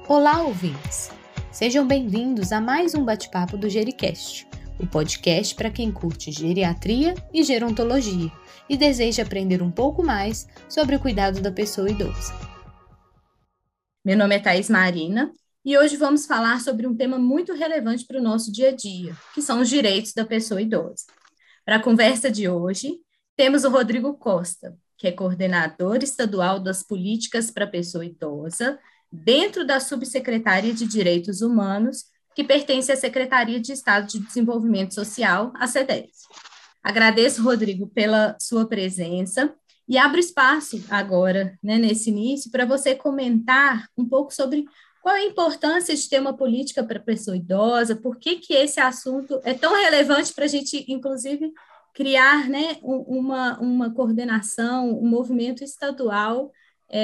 Olá, ouvintes! Sejam bem-vindos a mais um bate-papo do Gericast, o podcast para quem curte geriatria e gerontologia e deseja aprender um pouco mais sobre o cuidado da pessoa idosa. Meu nome é Thaís Marina e hoje vamos falar sobre um tema muito relevante para o nosso dia a dia, que são os direitos da pessoa idosa. Para a conversa de hoje, temos o Rodrigo Costa, que é coordenador estadual das políticas para a pessoa idosa, dentro da Subsecretaria de Direitos Humanos, que pertence à Secretaria de Estado de Desenvolvimento Social, a SEDES. Agradeço, Rodrigo, pela sua presença e abro espaço agora, nesse início, para você comentar um pouco sobre qual é a importância de ter uma política para a pessoa idosa, por que esse assunto é tão relevante para a gente, inclusive, criar uma coordenação, um movimento estadual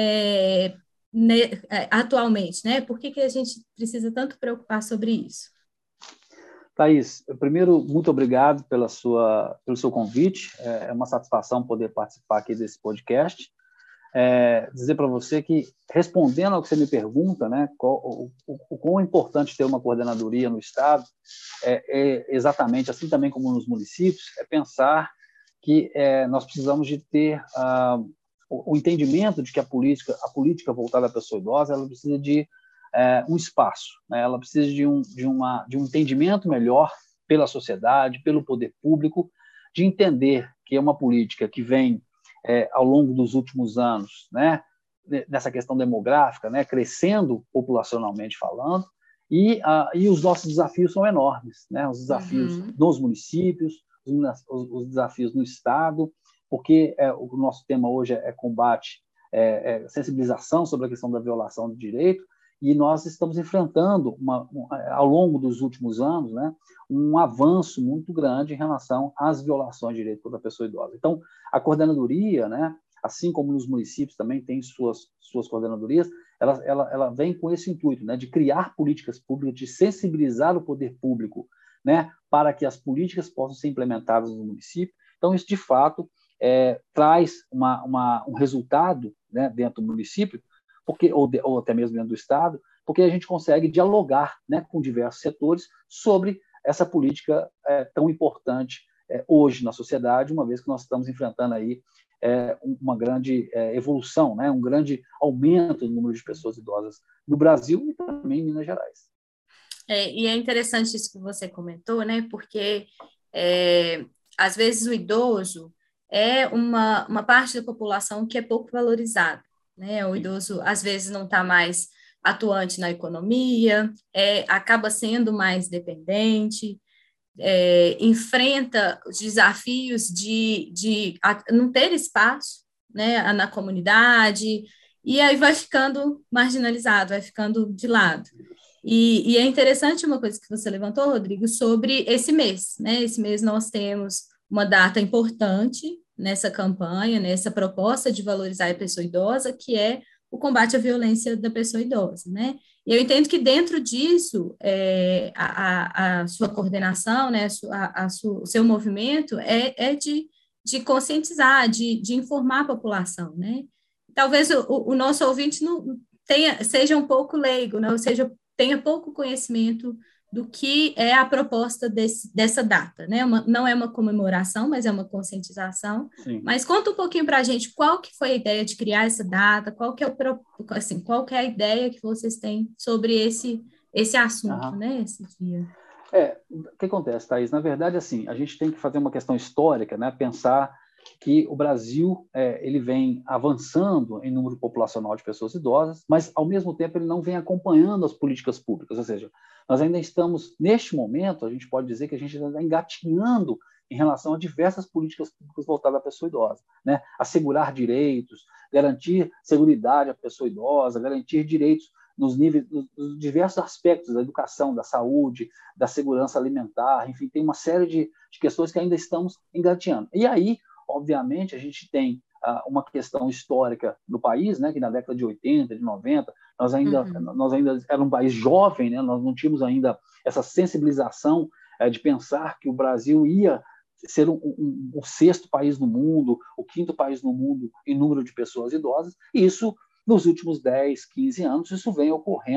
atualmente, né? Por que a gente precisa tanto preocupar sobre isso? Thaís, primeiro, muito obrigado pelo seu convite. É uma satisfação poder participar aqui desse podcast. Dizer para você que, respondendo ao que você me pergunta, né, o quão é importante ter uma coordenadoria no Estado, exatamente, assim também como nos municípios, é pensar que nós precisamos de ter o entendimento de que a política voltada à pessoa idosa, ela precisa de um espaço, né? Ela precisa de um entendimento melhor pela sociedade, pelo poder público, de entender que é uma política que vem ao longo dos últimos anos, né, nessa questão demográfica, né, crescendo populacionalmente falando, e os nossos desafios são enormes, né, os desafios nos municípios, os desafios no Estado, porque o nosso tema hoje é combate, sensibilização sobre a questão da violação do direito, e nós estamos enfrentando, ao longo dos últimos anos, né, um avanço muito grande em relação às violações de direito da pessoa idosa. Então, a coordenadoria, né, assim como nos municípios também tem suas coordenadorias, ela vem com esse intuito, né, de criar políticas públicas, de sensibilizar o poder público, né, para que as políticas possam ser implementadas no município. Então, isso, de fato, traz um resultado, né, dentro do município, ou até mesmo dentro do Estado, porque a gente consegue dialogar, né, com diversos setores sobre essa política tão importante hoje na sociedade, uma vez que nós estamos enfrentando aí uma grande evolução, né, um grande aumento do número de pessoas idosas no Brasil e também em Minas Gerais. E é interessante isso que você comentou, né, porque às vezes o idoso é uma parte da população que é pouco valorizada, né? O idoso, às vezes, não está mais atuante na economia, acaba sendo mais dependente, enfrenta os desafios de não ter espaço, né, na comunidade, e aí vai ficando marginalizado, vai ficando de lado. E é interessante uma coisa que você levantou, Rodrigo, sobre esse mês, né? Esse mês nós temos uma data importante nessa campanha, nessa proposta de valorizar a pessoa idosa, que é o combate à violência da pessoa idosa, né? E eu entendo que dentro disso, a sua coordenação, né, o seu movimento é de conscientizar, de informar a população, né? Talvez o nosso ouvinte não seja um pouco leigo, né? Ou seja, tenha pouco conhecimento do que é a proposta dessa data, né? Não é uma comemoração, mas é uma conscientização. Sim. Mas conta um pouquinho para a gente qual que foi a ideia de criar essa data, qual que é a ideia que vocês têm sobre esse assunto, né? Esse dia. O que acontece, Thaís? Na verdade, assim, a gente tem que fazer uma questão histórica, né? Pensar que o Brasil ele vem avançando em número populacional de pessoas idosas, mas, ao mesmo tempo, ele não vem acompanhando as políticas públicas, ou seja, nós ainda estamos, neste momento, a gente pode dizer que a gente ainda está engatinhando em relação a diversas políticas públicas voltadas à pessoa idosa, né? Assegurar direitos, garantir seguridade à pessoa idosa, garantir direitos nos diversos aspectos da educação, da saúde, da segurança alimentar, enfim, tem uma série de questões que ainda estamos engatinhando. E aí, obviamente, a gente tem uma questão histórica do país, né, que na década de 80, de 90, nós ainda era um país jovem, né, nós não tínhamos ainda essa sensibilização de pensar que o Brasil ia ser o sexto país no mundo, o quinto país no mundo em número de pessoas idosas, e isso, nos últimos 10, 15 anos, isso vem ocorrendo.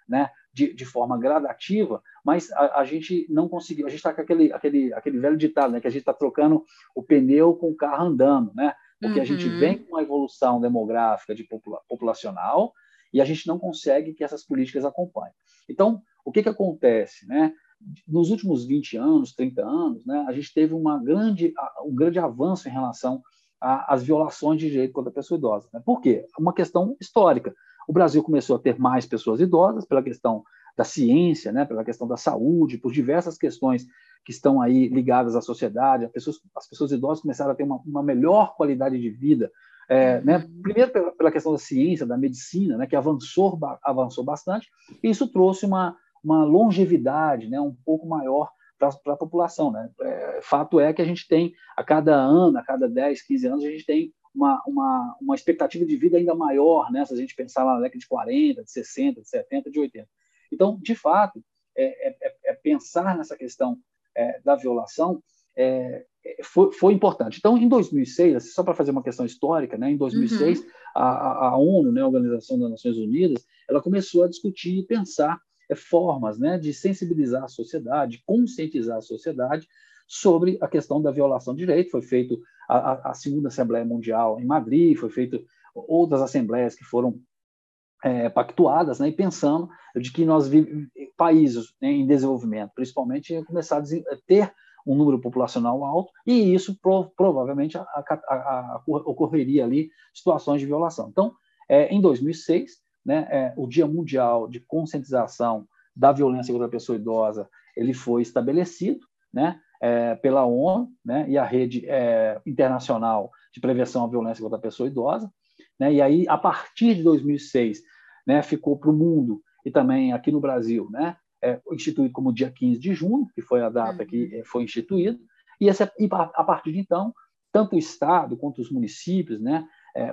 né, de forma gradativa, mas a gente não conseguiu. A gente está com aquele velho ditado, né, que a gente está trocando o pneu com o carro andando, né, porque a gente vem com uma evolução demográfica populacional e a gente não consegue que essas políticas acompanhem. Então, o que acontece, né? Nos últimos 20 anos, 30 anos, né, a gente teve um grande avanço em relação às violações de direito contra a pessoa idosa. Né? Por quê? Uma questão histórica. O Brasil começou a ter mais pessoas idosas pela questão da ciência, né, pela questão da saúde, por diversas questões que estão aí ligadas à sociedade. As pessoas idosas começaram a ter uma melhor qualidade de vida, né? Primeiro pela questão da ciência, da medicina, né, que avançou bastante, e isso trouxe uma longevidade, né, um pouco maior para a população. Né? Fato é que a gente tem, a cada ano, a cada 10, 15 anos, a gente tem uma expectativa de vida ainda maior, né? Se a gente pensar lá na década de 40, de 60, de 70, de 80. Então, de fato, pensar nessa questão da violação foi importante. Então, em 2006, só para fazer uma questão histórica, né? Em 2006, a ONU, né, a Organização das Nações Unidas, ela começou a discutir e pensar formas, né, de sensibilizar a sociedade, conscientizar a sociedade sobre a questão da violação de direitos. Foi feito a segunda Assembleia Mundial em Madrid, foi feito outras assembleias que foram pactuadas, né, e pensando de que países, né, em desenvolvimento, principalmente, iam começar a ter um número populacional alto, e isso provavelmente ocorreria ali situações de violação. Então, em 2006, né, o Dia Mundial de Conscientização da Violência contra a Pessoa Idosa, ele foi estabelecido, né, pela ONU, né, e a Rede Internacional de Prevenção à Violência contra a Pessoa Idosa, né, e aí, a partir de 2006, né, ficou para o mundo e também aqui no Brasil, né, instituído como dia 15 de junho, que foi a data que foi instituído, e a partir de então, tanto o Estado quanto os municípios, né,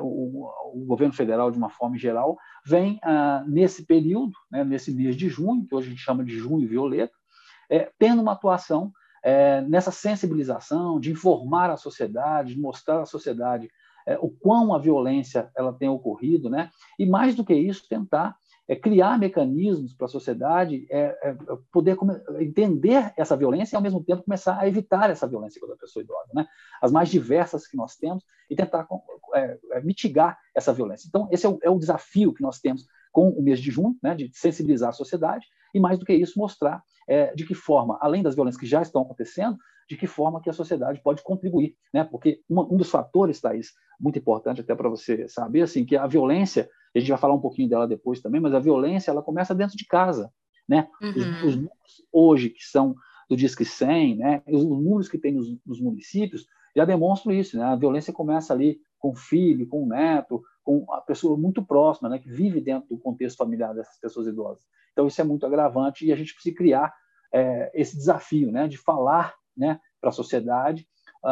o governo federal, de uma forma geral, vem nesse período, né, nesse mês de junho, que hoje a gente chama de junho violeta, tendo uma atuação nessa sensibilização, de informar a sociedade, de mostrar à sociedade o quão a violência ela tem ocorrido, né? E mais do que isso, tentar criar mecanismos para a sociedade poder entender essa violência e, ao mesmo tempo, começar a evitar essa violência contra a pessoa idosa, né? As mais diversas que nós temos, e tentar mitigar essa violência. Então, esse é o desafio que nós temos com o mês de junho, né, de sensibilizar a sociedade, e, mais do que isso, mostrar de que forma, além das violências que já estão acontecendo, de que forma que a sociedade pode contribuir, né? Porque um dos fatores, Thaís, muito importante até para você saber, assim, que a violência, a gente vai falar um pouquinho dela depois também, mas a violência, ela começa dentro de casa, né? Os números hoje, que são do Disque 100, né? Os números que tem nos municípios, já demonstram isso, né? A violência começa ali com o filho, com o neto, com a pessoa muito próxima, né? Que vive dentro do contexto familiar dessas pessoas idosas. Então, isso é muito agravante e a gente precisa criar esse desafio, né? De falar, né, para a sociedade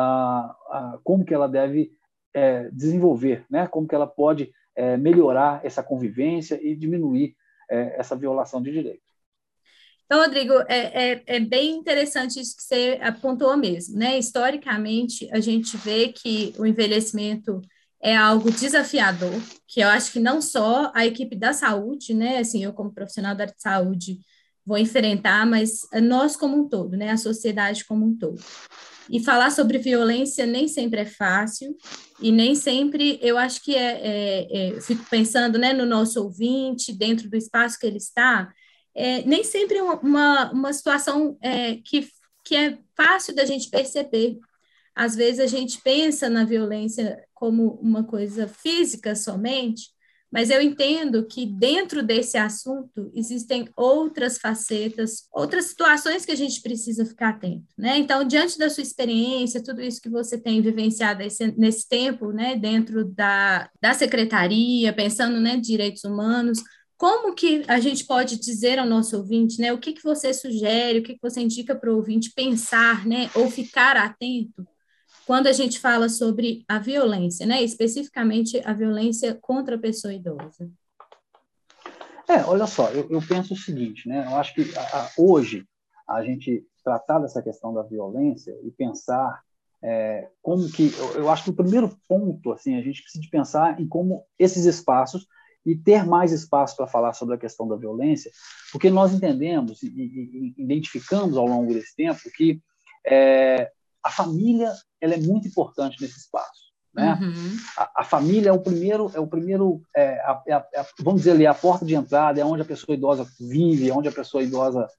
como que ela deve desenvolver, né? Como que ela pode melhorar essa convivência e diminuir essa violação de direitos. Então, Rodrigo, é bem interessante isso que você apontou mesmo, né? Historicamente, a gente vê que o envelhecimento é algo desafiador, que eu acho que não só a equipe da saúde, né? Assim, eu como profissional da área de saúde vou enfrentar, mas nós como um todo, né? A sociedade como um todo. E falar sobre violência nem sempre é fácil, e nem sempre, eu acho que fico pensando, né, no nosso ouvinte, dentro do espaço que ele está, nem sempre é uma situação que é fácil da gente perceber. Às vezes a gente pensa na violência como uma coisa física somente, mas eu entendo que dentro desse assunto existem outras facetas, outras situações que a gente precisa ficar atento, né? Então, diante da sua experiência, tudo isso que você tem vivenciado nesse tempo, né, dentro da secretaria, pensando, né, direitos humanos, como que a gente pode dizer ao nosso ouvinte, né, o que você sugere, o que você indica para o ouvinte pensar, né, ou ficar atento quando a gente fala sobre a violência, né, especificamente a violência contra a pessoa idosa? Olha só, eu penso o seguinte, né, eu acho que hoje a gente tratar dessa questão da violência e pensar como que, eu acho que o primeiro ponto, assim, a gente precisa de pensar em como esses espaços e ter mais espaço para falar sobre a questão da violência, porque nós entendemos e identificamos ao longo desse tempo que a família ela é muito importante nesse espaço, né? Uhum. A família vamos dizer ali, a porta de entrada, é onde a pessoa idosa vive, é onde a pessoa idosa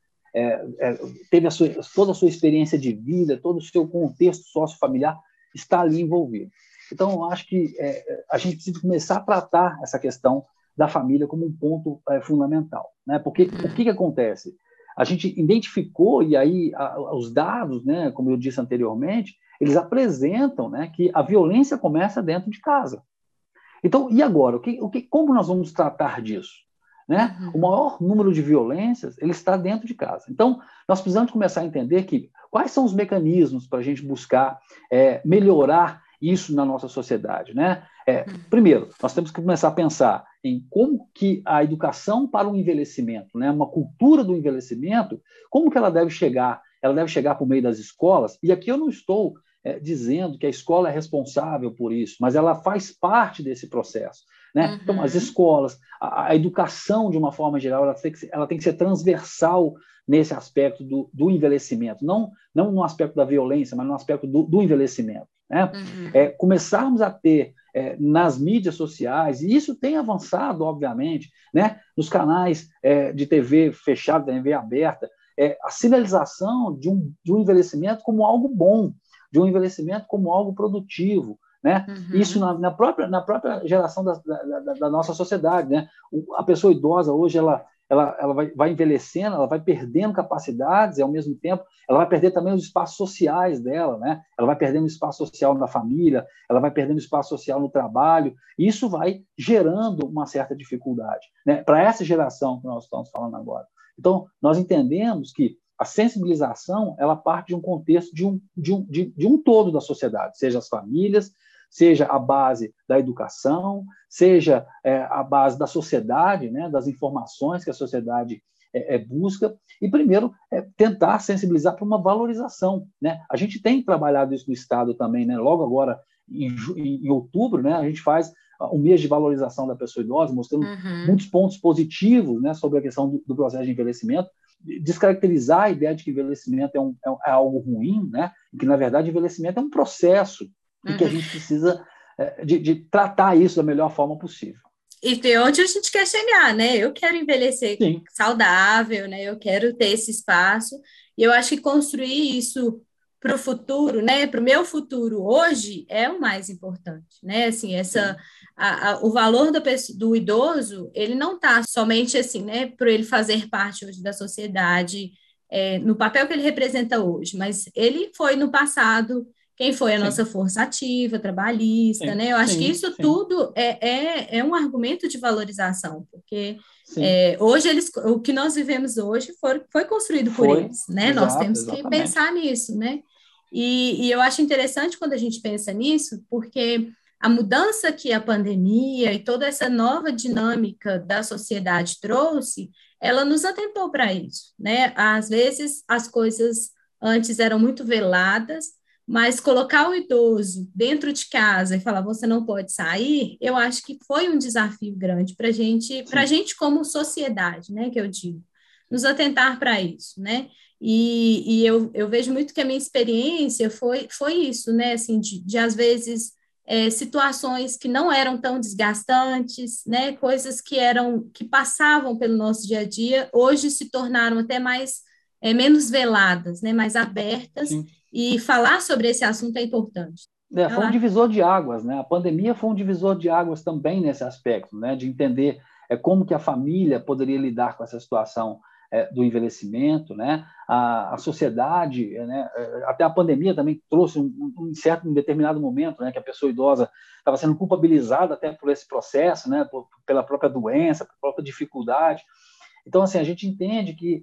teve toda a sua experiência de vida, todo o seu contexto sociofamiliar está ali envolvido. Então, eu acho que a gente precisa começar a tratar essa questão da família como um ponto fundamental, né? Porque o que acontece? A gente identificou, e aí os dados, né, como eu disse anteriormente, eles apresentam, né, que a violência começa dentro de casa. Então, e agora? Como nós vamos tratar disso? Né? O maior número de violências ele está dentro de casa. Então, nós precisamos começar a entender quais são os mecanismos para a gente buscar melhorar isso na nossa sociedade, né? Primeiro, nós temos que começar a pensar em como que a educação para o envelhecimento, né, uma cultura do envelhecimento, como que ela deve chegar? Ela deve chegar por meio das escolas, e aqui eu não estou dizendo que a escola é responsável por isso, mas ela faz parte desse processo, né? Então, as escolas, a educação, de uma forma geral, ela tem que ser transversal nesse aspecto do envelhecimento, não no aspecto da violência, mas no aspecto do envelhecimento, né? Começarmos a ter nas mídias sociais, e isso tem avançado, obviamente, né? Nos canais de TV fechada, da TV aberta, a sinalização de um envelhecimento como algo bom, de um envelhecimento como algo produtivo, né? Isso na própria geração da nossa sociedade, né? A pessoa idosa hoje ela vai envelhecendo, ela vai perdendo capacidades e ao mesmo tempo ela vai perder também os espaços sociais dela, né? Ela vai perdendo espaço social na família, ela vai perdendo espaço social no trabalho, e isso vai gerando uma certa dificuldade, né? Para essa geração que nós estamos falando agora. Então, nós entendemos que a sensibilização ela parte de um contexto de um todo da sociedade, seja as famílias, seja a base da educação, seja a base da sociedade, né, das informações que a sociedade busca, e primeiro tentar sensibilizar para uma valorização, né? A gente tem trabalhado isso no Estado também, né? Logo agora, em outubro, né, a gente faz um mês de valorização da pessoa idosa, mostrando muitos pontos positivos, né, sobre a questão do processo de envelhecimento, descaracterizar a ideia de que envelhecimento é algo ruim, né? Que, na verdade, envelhecimento é um processo e que a gente precisa de tratar isso da melhor forma possível. E tem onde a gente quer chegar, né? Eu quero envelhecer saudável, né? Eu quero ter esse espaço, e eu acho que construir isso para o futuro, né? Para o meu futuro hoje é o mais importante, né? Assim, o valor do idoso, ele não está somente assim, né? Por ele fazer parte hoje da sociedade, no papel que ele representa hoje, mas ele foi no passado quem foi a nossa força ativa, trabalhista, né? Eu acho que isso tudo é um argumento de valorização, porque hoje o que nós vivemos hoje foi construído por eles, né? Exato, nós temos que exatamente. pensar nisso, né? E eu acho interessante quando a gente pensa nisso, porque a mudança que a pandemia e toda essa nova dinâmica da sociedade trouxe, ela nos atentou para isso, né? Às vezes as coisas antes eram muito veladas, mas colocar o idoso dentro de casa e falar, você não pode sair, eu acho que foi um desafio grande para a gente como sociedade, né, que eu digo, nos atentar para isso, né, e eu vejo muito que a minha experiência foi isso, né, assim, de às vezes, situações que não eram tão desgastantes, né, coisas que passavam pelo nosso dia a dia, hoje se tornaram até menos veladas, né, mais abertas. Sim. E falar sobre esse assunto é importante. Foi um divisor de águas, né? A pandemia foi um divisor de águas também nesse aspecto, né? De entender como que a família poderia lidar com essa situação do envelhecimento, né? A sociedade, né? Até a pandemia também trouxe um determinado momento, né? Que a pessoa idosa estava sendo culpabilizada até por esse processo, né? Pela própria doença, pela própria dificuldade. Então, assim, a gente entende que,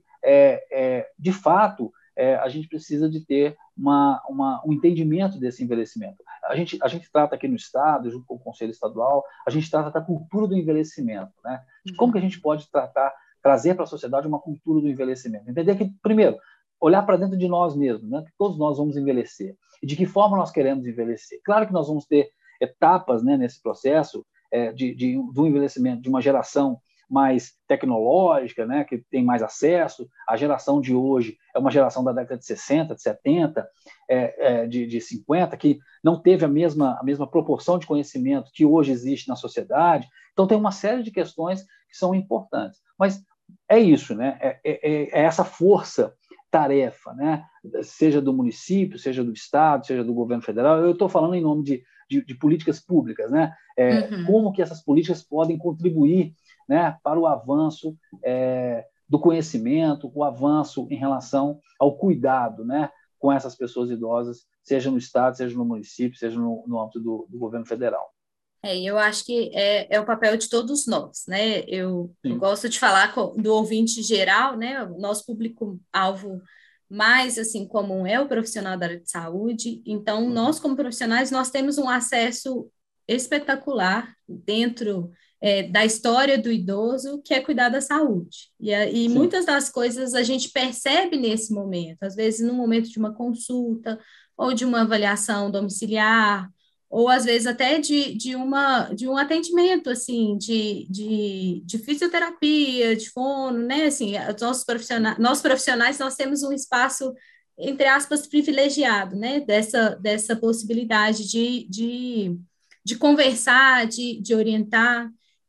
de fato, a gente precisa de ter um entendimento desse envelhecimento. A gente trata aqui no Estado, junto com o Conselho Estadual, a gente trata da cultura do envelhecimento, né? De como que a gente pode trazer para a sociedade uma cultura do envelhecimento. Entender que, primeiro, olhar para dentro de nós mesmos, né? Que todos nós vamos envelhecer. E de que forma nós queremos envelhecer. Claro que nós vamos ter etapas, né, nesse processo, do envelhecimento de uma geração mais tecnológica, né, que tem mais acesso. A geração de hoje é uma geração da década de 60, de 70, de 50, que não teve a mesma proporção de conhecimento que hoje existe na sociedade. Então, tem uma série de questões que são importantes. Mas é isso, né? É essa força-tarefa, né? Seja do município, seja do Estado, seja do governo federal. Eu estou falando em nome de políticas públicas, né? Como que essas políticas podem contribuir, né, para o avanço do conhecimento, o avanço em relação ao cuidado, né, com essas pessoas idosas, seja no Estado, seja no município, seja no âmbito do governo federal. Eu acho que é o papel de todos nós, né? Eu gosto de falar do ouvinte geral, né? O nosso público-alvo mais assim comum é o profissional da área de saúde. Então, nós como profissionais, nós temos um acesso espetacular dentro da história do idoso, que é cuidar da saúde. E muitas das coisas a gente percebe nesse momento, às vezes no momento de uma consulta ou de uma avaliação domiciliar, ou às vezes até de um atendimento, assim, de fisioterapia, de fono, né, assim, nós profissionais, nós temos um espaço, entre aspas, privilegiado, né, dessa possibilidade de conversar, de orientar,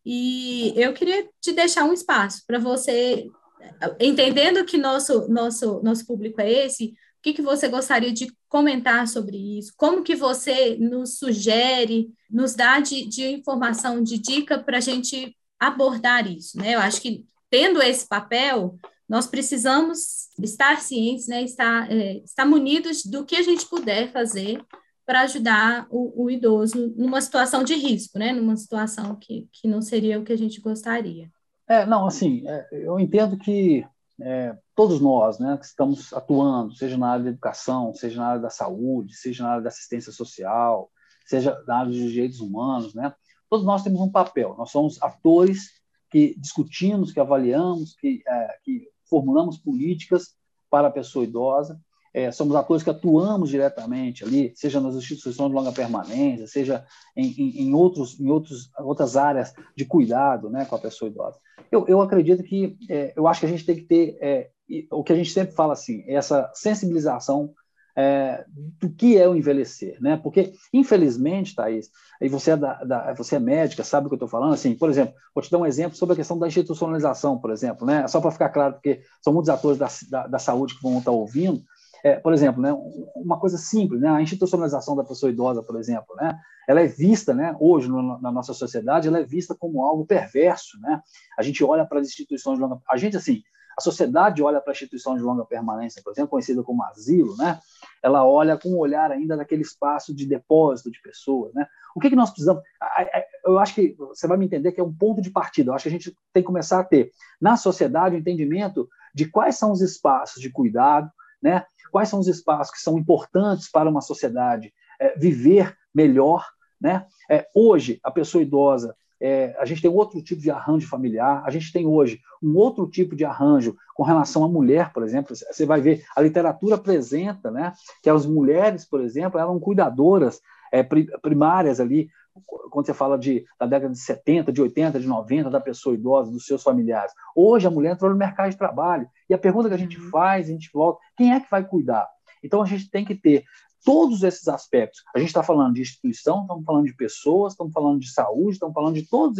e eu queria te deixar um espaço para você, entendendo que nosso público é esse, o que você gostaria de comentar sobre isso? Como que você nos sugere, nos dá de informação, de dica para a gente abordar isso, né? Eu acho que, tendo esse papel, nós precisamos estar cientes, né? Estar munidos do que a gente puder fazer para ajudar o idoso numa situação de risco, né? Numa situação que não seria o que a gente gostaria. Não, assim, eu entendo que todos nós, né, que estamos atuando, seja na área da educação, seja na área da saúde, seja na área da assistência social, seja na área dos direitos humanos, né, todos nós temos um papel. Nós somos atores que discutimos, que avaliamos, que formulamos políticas para a pessoa idosa. Somos atores que atuamos diretamente ali, seja nas instituições de longa permanência, seja em outras áreas de cuidado, né, com a pessoa idosa. Eu acredito que, eu acho que a gente tem que ter, o que a gente sempre fala assim, essa sensibilização do que é o envelhecer, né? Porque, infelizmente, Thaís, e você é médica, sabe o que eu estou falando? Assim, por exemplo, vou te dar um exemplo sobre a questão da institucionalização, por exemplo, né? Só para ficar claro, porque são muitos atores da saúde que vão estar ouvindo. Por exemplo, né, uma coisa simples, né, a institucionalização da pessoa idosa, por exemplo, né, ela é vista, né, hoje na nossa sociedade, ela é vista como algo perverso, né? A gente olha para as instituições de longa, a sociedade olha para a instituição de longa permanência, por exemplo, conhecida como asilo, né? Ela olha com um olhar ainda daquele espaço de depósito de pessoas, né? O que nós precisamos? Eu acho que você vai me entender que é um ponto de partida. Eu acho que a gente tem que começar a ter na sociedade o entendimento de quais são os espaços de cuidado, né? Quais são os espaços que são importantes para uma sociedade viver melhor, né? Hoje, a pessoa idosa, a gente tem outro tipo de arranjo familiar, a gente tem hoje um outro tipo de arranjo com relação à mulher, por exemplo. Você vai ver, a literatura apresenta, né, que as mulheres, por exemplo, eram cuidadoras primárias ali, quando você fala da década de 70, de 80, de 90, da pessoa idosa, dos seus familiares. Hoje a mulher entrou no mercado de trabalho, e a pergunta que a gente faz, a gente volta, quem é que vai cuidar? Então a gente tem que ter todos esses aspectos. A gente está falando de instituição, estamos falando de pessoas, estamos falando de saúde, estamos falando de todos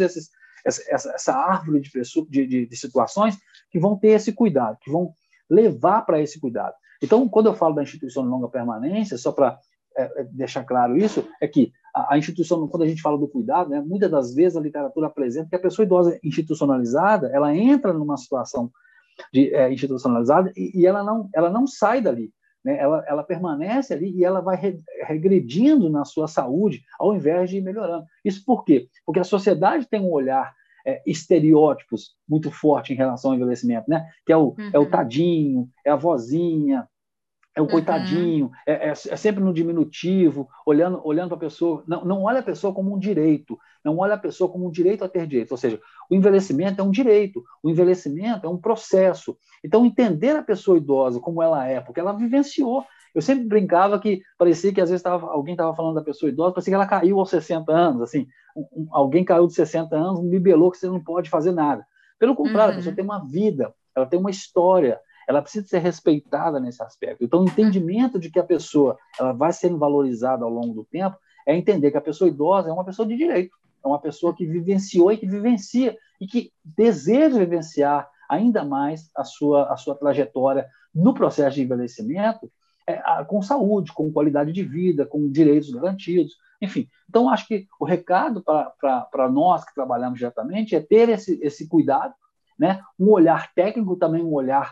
essa árvore de situações que vão ter esse cuidado, que vão levar para esse cuidado. Então, quando eu falo da instituição de longa permanência, só para deixar claro isso, é que a instituição, quando a gente fala do cuidado, né, muitas das vezes a literatura apresenta que a pessoa idosa institucionalizada, ela entra numa situação institucionalizada e ela não sai dali, né? Ela permanece ali e ela vai regredindo na sua saúde ao invés de ir melhorando. Isso por quê? Porque a sociedade tem um olhar estereótipos muito forte em relação ao envelhecimento, né? Que é o tadinho, é a vozinha, é o coitadinho, é sempre no diminutivo, olhando para a pessoa, não olha a pessoa como um direito, não olha a pessoa como um direito a ter direito, ou seja, o envelhecimento é um direito, o envelhecimento é um processo. Então, entender a pessoa idosa como ela é, porque ela vivenciou. Eu sempre brincava que parecia que às vezes alguém estava falando da pessoa idosa, parecia que ela caiu aos 60 anos, assim, alguém caiu de 60 anos, me belou que você não pode fazer nada. Pelo contrário, a pessoa tem uma vida, ela tem uma história, ela precisa ser respeitada nesse aspecto. Então, o entendimento de que a pessoa ela vai sendo valorizada ao longo do tempo é entender que a pessoa idosa é uma pessoa de direito, é uma pessoa que vivenciou e que vivencia e que deseja vivenciar ainda mais a sua trajetória no processo de envelhecimento com saúde, com qualidade de vida, com direitos garantidos, enfim. Então, acho que o recado para nós que trabalhamos diretamente é ter esse cuidado, né? Um olhar técnico, também um olhar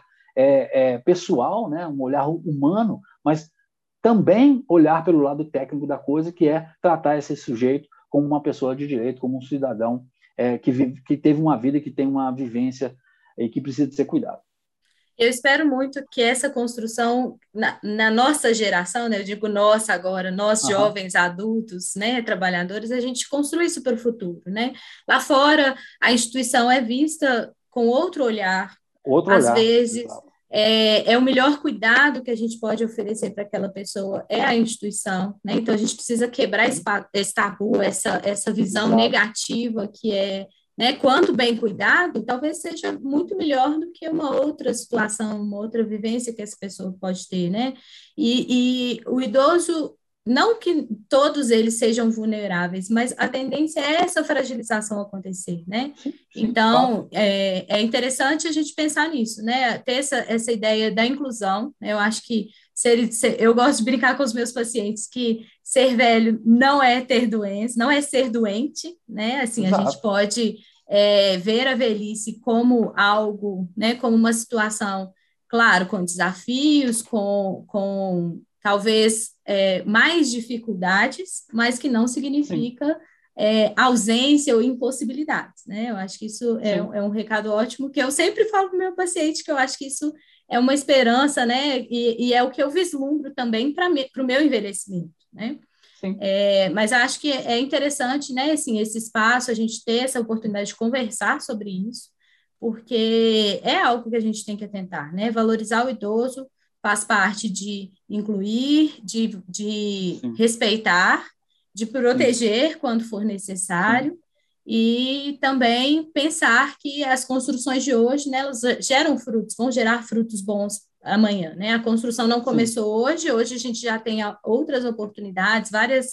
pessoal, né? Um olhar humano, mas também olhar pelo lado técnico da coisa, que é tratar esse sujeito como uma pessoa de direito, como um cidadão que teve uma vida, que tem uma vivência e que precisa de ser cuidado. Eu espero muito que essa construção, na nossa geração, né, eu digo nossa agora, nós jovens, adultos, né, trabalhadores, a gente construa isso para o futuro, né? Lá fora, a instituição é vista com outro olhar. Às vezes, o melhor cuidado que a gente pode oferecer para aquela pessoa é a instituição, né? Então, a gente precisa quebrar esse tabu, essa visão negativa que é, né, quanto bem cuidado, talvez seja muito melhor do que uma outra situação, uma outra vivência que essa pessoa pode ter, né? E o idoso, não que todos eles sejam vulneráveis, mas a tendência é essa fragilização acontecer, né? Sim, então, é interessante a gente pensar nisso, né? Ter essa ideia da inclusão. Eu acho que eu gosto de brincar com os meus pacientes que ser velho não é ter doença, não é ser doente, né? Assim, a gente pode ver a velhice como algo, né? Como uma situação, claro, com desafios, com talvez mais dificuldades, mas que não significa ausência ou impossibilidades, né? Eu acho que isso é um recado ótimo, que eu sempre falo para o meu paciente, que eu acho que isso é uma esperança, né? E é o que eu vislumbro também para o meu envelhecimento, né? Mas acho que é interessante, né? Assim, esse espaço, a gente ter essa oportunidade de conversar sobre isso, porque é algo que a gente tem que atentar, né? Valorizar o idoso faz parte de incluir, de respeitar, de proteger quando for necessário, e também pensar que as construções de hoje, né, elas geram frutos, vão gerar frutos bons amanhã, né? A construção não começou hoje a gente já tem outras oportunidades,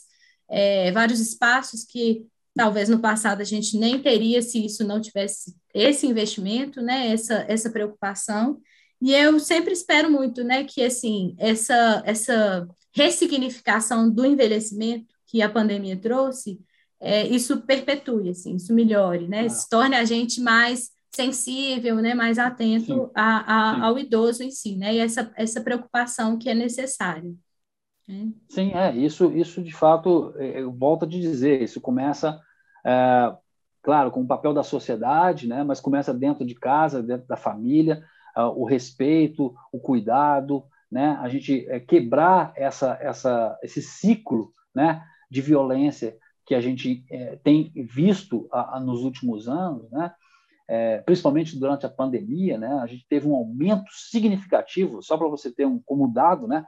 vários espaços que talvez no passado a gente nem teria se isso não tivesse esse investimento, né? Essa preocupação. E eu sempre espero muito, né, que assim, essa ressignificação do envelhecimento que a pandemia trouxe, isso perpetue, assim, isso melhore, né? Se torne a gente mais sensível, né, mais atento ao idoso em si, né? E essa preocupação que é necessária. Sim, isso de fato, eu volto a te dizer, isso começa, claro, com o papel da sociedade, né, mas começa dentro de casa, dentro da família, o respeito, o cuidado, né, a gente quebrar esse ciclo, né, de violência que a gente tem visto nos últimos anos, né, principalmente durante a pandemia, né, a gente teve um aumento significativo, só para você ter como dado, né,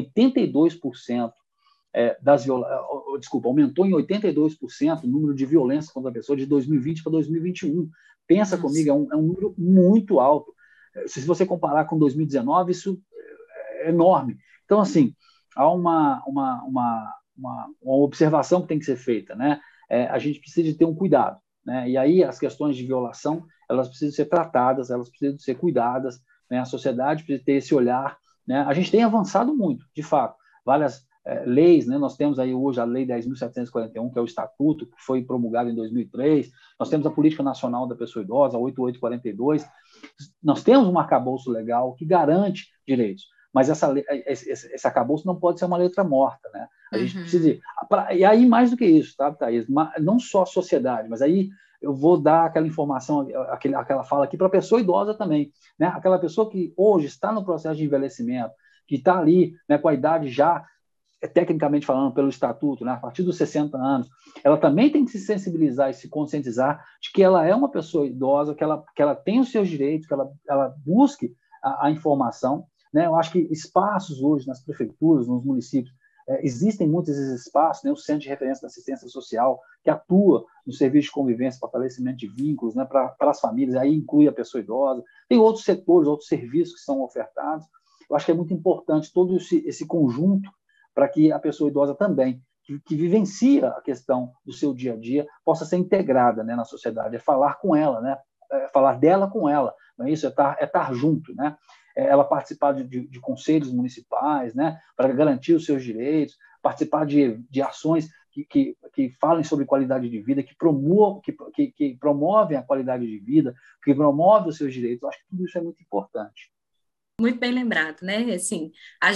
82% aumentou em 82% o número de violência contra a pessoa de 2020 para 2021. Pensa comigo, é um número muito alto. Se você comparar com 2019, isso é enorme. Então, assim, há uma observação que tem que ser feita, né? A gente precisa de ter um cuidado, né? E aí as questões de violação, elas precisam ser tratadas, elas precisam ser cuidadas, né? A sociedade precisa ter esse olhar, né? A gente tem avançado muito, de fato. Várias leis, né? Nós temos aí hoje a Lei 10.741, que é o Estatuto, que foi promulgado em 2003. Nós temos a Política Nacional da Pessoa Idosa, 8842. Nós temos um arcabouço legal que garante direitos, mas esse arcabouço não pode ser uma letra morta, né? A gente precisa... E aí, mais do que isso, tá, Thaís? Não só a sociedade, mas aí eu vou dar aquela informação, aquela fala aqui para a pessoa idosa também, né? Aquela pessoa que hoje está no processo de envelhecimento, que está ali, né, com a idade já, tecnicamente falando, pelo estatuto, né, a partir dos 60 anos, ela também tem que se sensibilizar e se conscientizar de que ela é uma pessoa idosa, que ela tem os seus direitos, que ela busque a informação, né? Eu acho que espaços hoje nas prefeituras, nos municípios, existem muitos esses espaços, né? O Centro de Referência da Assistência Social, que atua no serviço de convivência, fortalecimento de vínculos, né? Para as famílias, aí inclui a pessoa idosa. Tem outros setores, outros serviços que são ofertados. Eu acho que é muito importante todo esse conjunto para que a pessoa idosa também, que vivencia a questão do seu dia a dia, possa ser integrada, né, na sociedade, falar com ela, né, falar dela com ela, não é isso? É estar junto, né? Ela participar de conselhos municipais, né, para garantir os seus direitos, participar de ações que falem sobre qualidade de vida, que promovem a qualidade de vida, que promovem os seus direitos. Eu acho que tudo isso é muito importante. Muito bem lembrado, né? Assim,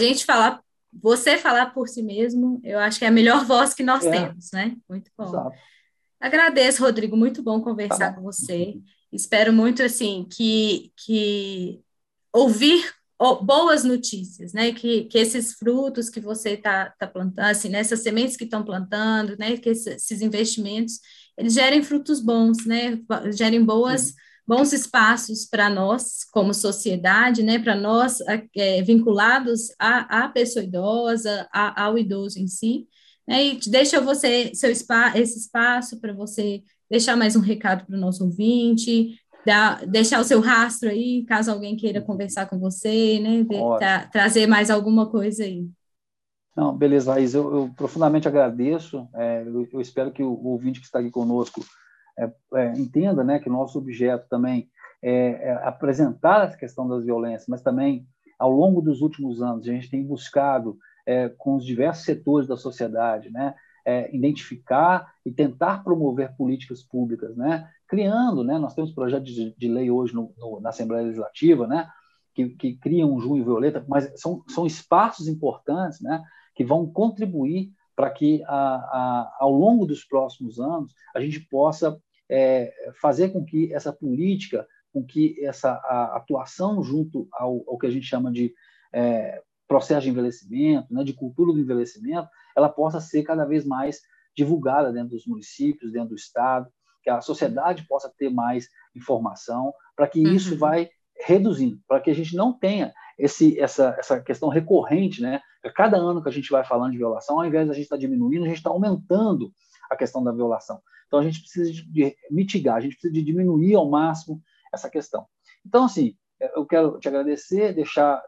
você falar por si mesmo, eu acho que é a melhor voz que nós temos, né? Muito bom. Exato. Agradeço, Rodrigo, muito bom conversar com você. Espero muito, assim, que ouvir boas notícias, né? Que esses frutos que você está plantando, assim, né? Essas sementes que estão plantando, né? Que esses investimentos, eles gerem frutos bons, né? Gerem bons espaços para nós, como sociedade, né? Para nós vinculados à pessoa idosa, ao idoso em si. Né? E deixa esse espaço para você deixar mais um recado para o nosso ouvinte, deixar o seu rastro aí, caso alguém queira conversar com você, né? Trazer mais alguma coisa aí. Não, beleza, Laís, eu profundamente agradeço, eu espero que o ouvinte que está aqui conosco entenda, né, que o nosso objeto também é apresentar essa questão das violências, mas também, ao longo dos últimos anos, a gente tem buscado com os diversos setores da sociedade, né, identificar e tentar promover políticas públicas, né, criando, né, nós temos projetos de lei hoje na Assembleia Legislativa, né, que criam um Junho Violeta, mas são espaços importantes, né, que vão contribuir para que, ao longo dos próximos anos, a gente possa fazer com que essa política, com que essa atuação junto ao que a gente chama de processo de envelhecimento, né, de cultura do envelhecimento, ela possa ser cada vez mais divulgada dentro dos municípios, dentro do Estado, que a sociedade possa ter mais informação, para que isso vai reduzindo, para que a gente não tenha essa questão recorrente, né? Cada ano que a gente vai falando de violação, ao invés de a gente estar diminuindo, a gente está aumentando a questão da violação. Então, a gente precisa de mitigar, a gente precisa de diminuir ao máximo essa questão. Então, assim, eu quero te agradecer, deixar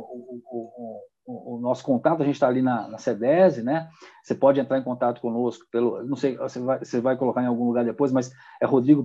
o nosso contato, a gente está ali na CEDESE, né? Você pode entrar em contato conosco não sei, você vai colocar em algum lugar depois, mas é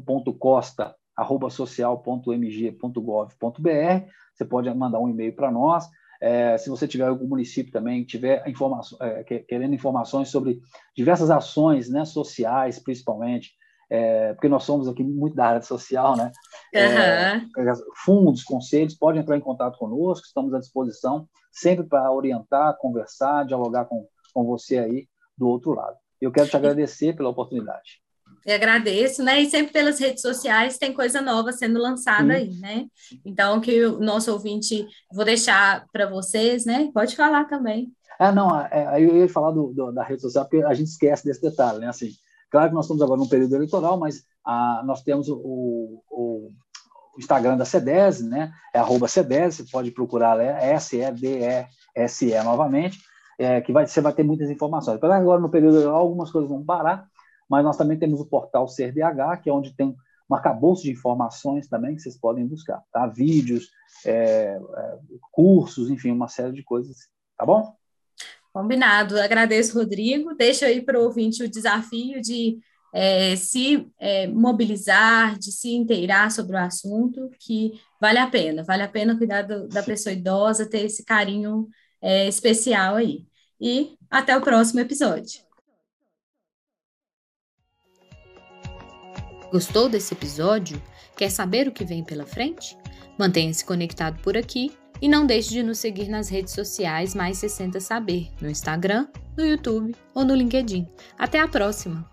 rodrigo.costa@social.mg.gov.br. Você pode mandar um e-mail para nós. Se você tiver algum município também, tiver querendo informações sobre diversas ações, né, sociais, principalmente, porque nós somos aqui muito da área social, né? Fundos, conselhos, pode entrar em contato conosco, estamos à disposição, sempre para orientar, conversar, dialogar com você aí do outro lado. Eu quero te agradecer pela oportunidade. Eu agradeço, né? E sempre pelas redes sociais tem coisa nova sendo lançada aí, né? Então, que o nosso ouvinte, vou deixar para vocês, né? Pode falar também. Eu ia falar da rede social, porque a gente esquece desse detalhe, né? Assim, claro que nós estamos agora num período eleitoral, mas nós temos o Instagram da CEDESE, né? @CEDESE, você pode procurar lá, SEDESE novamente, que você vai ter muitas informações. Apesar que agora no período eleitoral algumas coisas vão parar, mas nós também temos o portal SerDH, que é onde tem um arcabouço de informações também que vocês podem buscar, tá? Vídeos, cursos, enfim, uma série de coisas, tá bom? Combinado. Agradeço, Rodrigo. Deixa aí para o ouvinte o desafio de se mobilizar, de se inteirar sobre o assunto, que vale a pena cuidar da pessoa idosa, ter esse carinho especial aí. E até o próximo episódio. Gostou desse episódio? Quer saber o que vem pela frente? Mantenha-se conectado por aqui e não deixe de nos seguir nas redes sociais Mais 60 Saber, no Instagram, no YouTube ou no LinkedIn. Até a próxima!